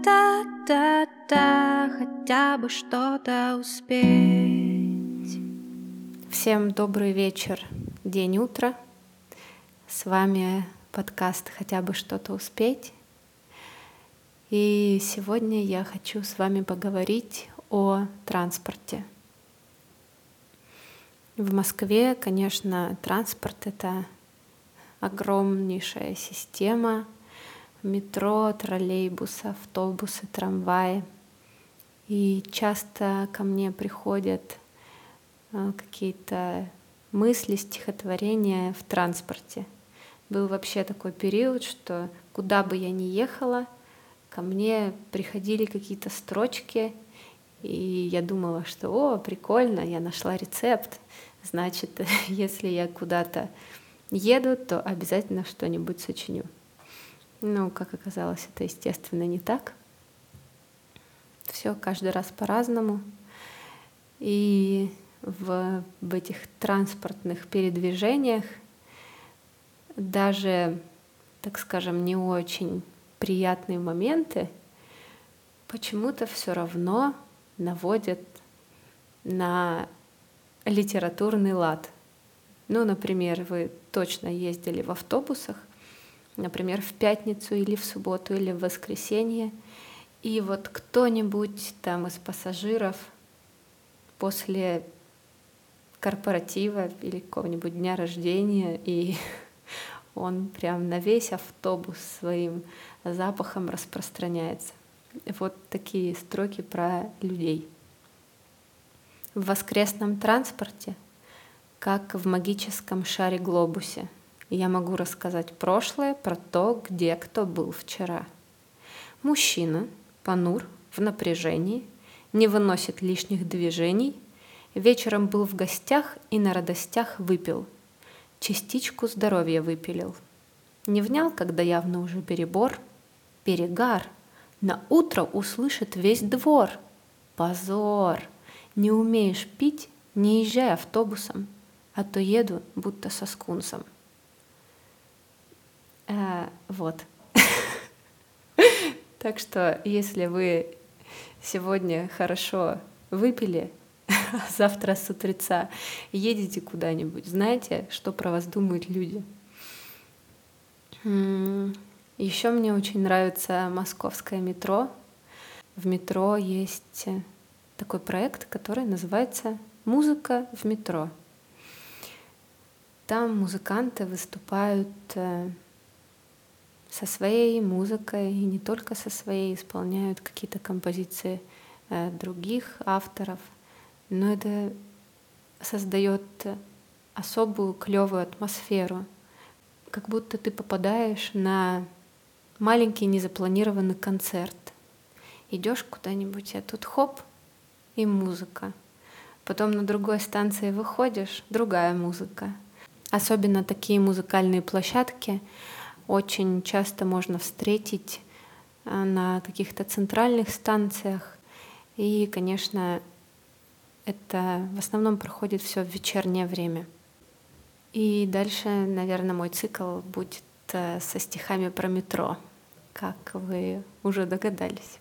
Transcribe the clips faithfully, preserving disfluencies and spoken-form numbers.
Да-да-да-да-да, хотя бы что-то успеть. Всем добрый вечер, день, утро. С вами подкаст «Хотя бы что-то успеть». И сегодня я хочу с вами поговорить о транспорте. В Москве, конечно, транспорт — это огромнейшая система. Метро, троллейбусы, автобусы, трамваи. И часто ко мне приходят какие-то мысли, стихотворения в транспорте. Был вообще такой период, что куда бы я ни ехала, ко мне приходили какие-то строчки, и я думала, что «О, прикольно, я нашла рецепт». Значит, если я куда-то еду, то обязательно что-нибудь сочиню. Ну, как оказалось, это, естественно, не так. Все каждый раз по-разному. И в, в этих транспортных передвижениях даже, так скажем, не очень приятные моменты почему-то все равно наводят на литературный лад. Ну, например, вы точно ездили в автобусах, например, в пятницу или в субботу или в воскресенье, и вот кто-нибудь там из пассажиров после корпоратива или какого-нибудь дня рождения, и он прям на весь автобус своим запахом распространяется. Вот такие строки про людей. В воскресном транспорте, как в магическом шаре-глобусе, я могу рассказать прошлое про то, где кто был вчера. Мужчина, понур, в напряжении, не выносит лишних движений, вечером был в гостях и на радостях выпил, частичку здоровья выпилил. Не внял, когда явно уже перебор, перегар, на утро услышит весь двор. Позор! Не умеешь пить, не езжай автобусом, а то еду будто со скунсом. А, вот. Так что, если вы сегодня хорошо выпили, а завтра с утреца едете куда-нибудь, знаете, что про вас думают люди. Еще мне очень нравится московское метро. В метро есть такой проект, который называется «Музыка в метро». Там музыканты выступают со своей музыкой, и не только со своей, исполняют какие-то композиции других авторов, но это создает особую клевую атмосферу, как будто ты попадаешь на маленький незапланированный концерт. Идешь куда-нибудь, а тут хоп, и музыка. Потом на другой станции выходишь, другая музыка. Особенно такие музыкальные площадки очень часто можно встретить на каких-то центральных станциях. И, конечно, это в основном проходит все в вечернее время. И дальше, наверное, мой цикл будет со стихами про метро, как вы уже догадались.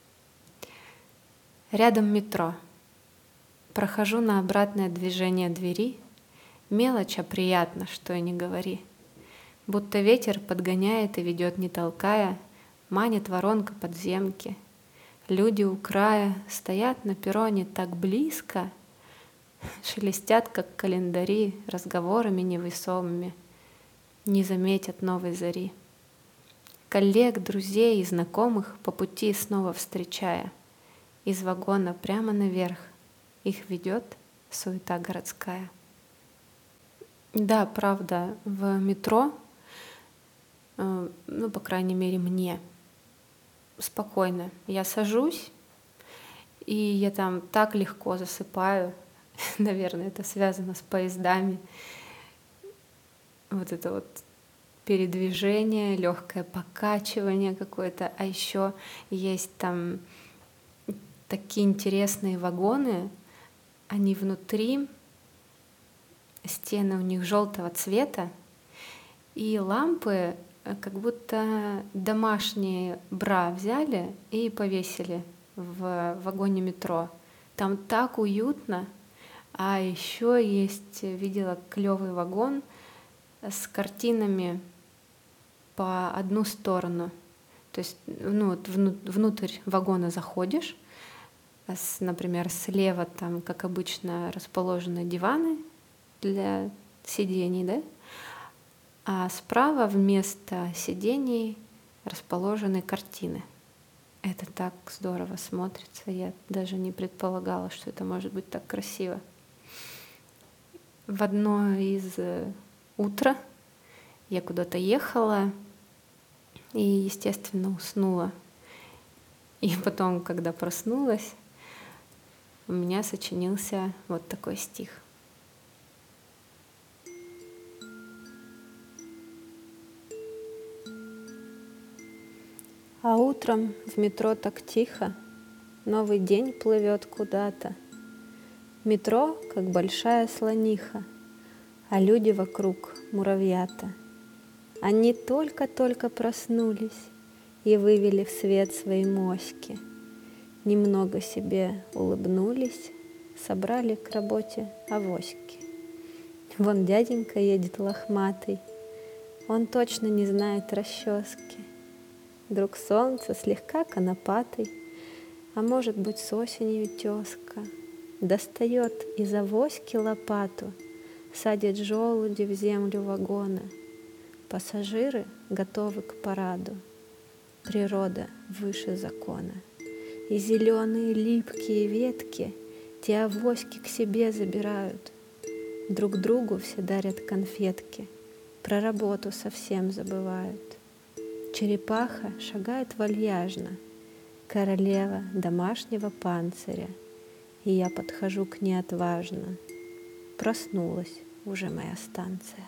Рядом метро. Прохожу на обратное движение двери. Мелочь, а приятно, что и не говори. Будто ветер подгоняет и ведет, не толкая, манит воронка подземки. Люди у края стоят на перроне так близко, шелестят, как календари, разговорами невесомыми, не заметят новой зари. Коллег, друзей и знакомых по пути снова встречая, из вагона прямо наверх их ведет суета городская. Да, правда, в метро, ну, по крайней мере, мне спокойно. Я сажусь, и я там так легко засыпаю. Наверное, это связано с поездами. Вот это вот передвижение, легкое покачивание какое-то. А еще есть там такие интересные вагоны. Они внутри, стены у них желтого цвета, и лампы как будто домашние бра взяли и повесили в вагоне метро. Там так уютно. А еще есть, видела клевый вагон с картинами по одну сторону. То есть, ну, вот внутрь вагона заходишь, с, например, слева там, как обычно, расположены диваны для сидений, да? А справа вместо сидений расположены картины. Это так здорово смотрится. Я даже не предполагала, что это может быть так красиво. В одно из утра я куда-то ехала и, естественно, уснула. И потом, когда проснулась, у меня сочинился вот такой стих. А утром в метро так тихо, новый день плывет куда-то. Метро, как большая слониха, а люди вокруг муравьята. Они только-только проснулись и вывели в свет свои моськи. Немного себе улыбнулись, собрали к работе авоськи. Вон дяденька едет лохматый, он точно не знает расчески. Друг солнца слегка конопатый, а может быть с осенью тезка, достает из авоськи лопату, садит желуди в землю вагона. Пассажиры готовы к параду, природа выше закона. И зеленые липкие ветки те авоськи к себе забирают. Друг другу все дарят конфетки, про работу совсем забывают. Черепаха шагает вальяжно, королева домашнего панциря, и я подхожу к ней отважно. Проснулась уже моя станция.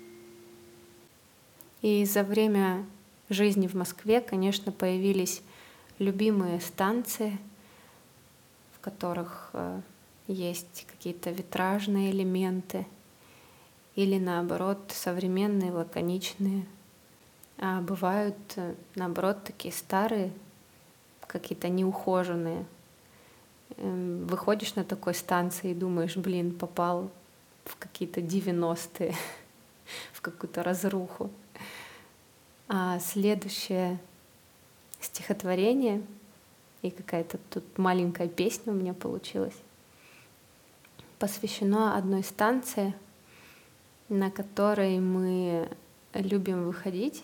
И за время жизни в Москве, конечно, появились любимые станции, в которых э, есть какие-то витражные элементы или, наоборот, современные, лаконичные. А бывают, наоборот, такие старые, какие-то неухоженные. Выходишь на такой станции и думаешь, блин, попал в какие-то девяностые, в какую-то разруху. А следующее стихотворение, и какая-то тут маленькая песня у меня получилась, посвящено одной станции, на которой мы любим выходить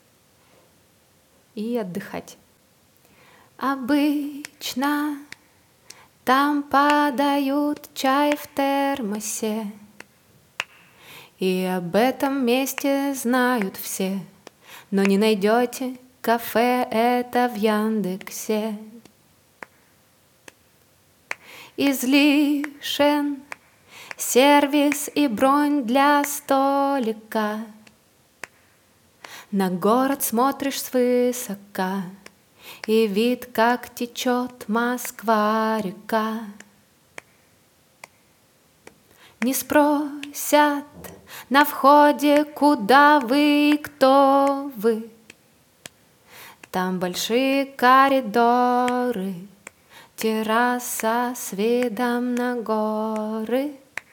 и отдыхать. Обычно там подают чай в термосе, и об этом месте знают все, но не найдете кафе это в Яндексе. Излишен сервис и бронь для столика. На город смотришь свысока, и вид, как течет Москва-река. Не спросят на входе, куда вы и кто вы. Там большие коридоры, терраса с видом на горы.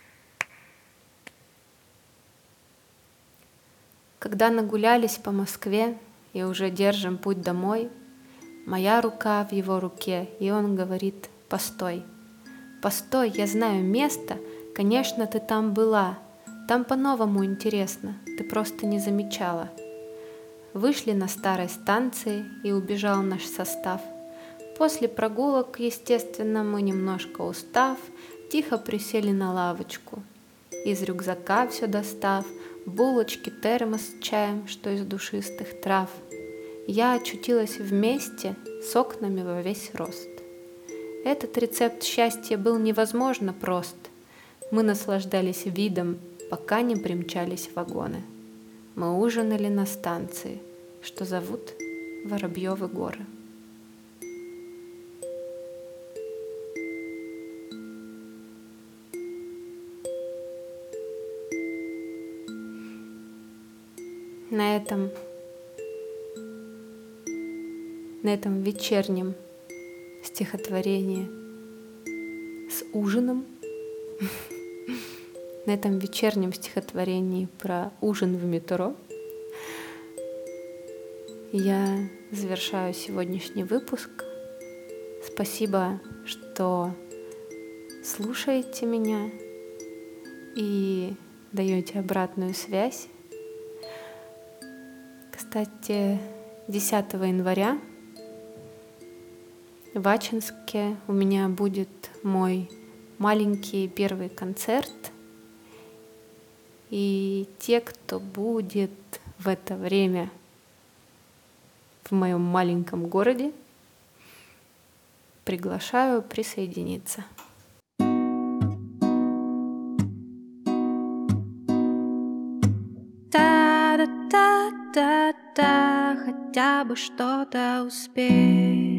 Когда нагулялись по Москве и уже держим путь домой, моя рука в его руке, и он говорит: постой, постой, я знаю место, конечно, ты там была, там по-новому интересно, ты просто не замечала. Вышли на старой станции, и убежал наш состав. После прогулок, естественно, мы, немножко устав, тихо присели на лавочку. Из рюкзака все достав, булочки, термос с чаем, что из душистых трав. Я очутилась вместе с окнами во весь рост. Этот рецепт счастья был невозможно прост. Мы наслаждались видом, пока не примчались вагоны. Мы ужинали на станции, что зовут Воробьевы горы. На этом на этом вечернем стихотворении с ужином, на этом вечернем стихотворении про ужин в метро, я завершаю сегодняшний выпуск. Спасибо, что слушаете меня и даете обратную связь. Кстати, десятого января в Ачинске у меня будет мой маленький первый концерт. И те, кто будет в это время в моем маленьком городе, приглашаю присоединиться. Та-да-та-та-та, хотя бы что-то успеть.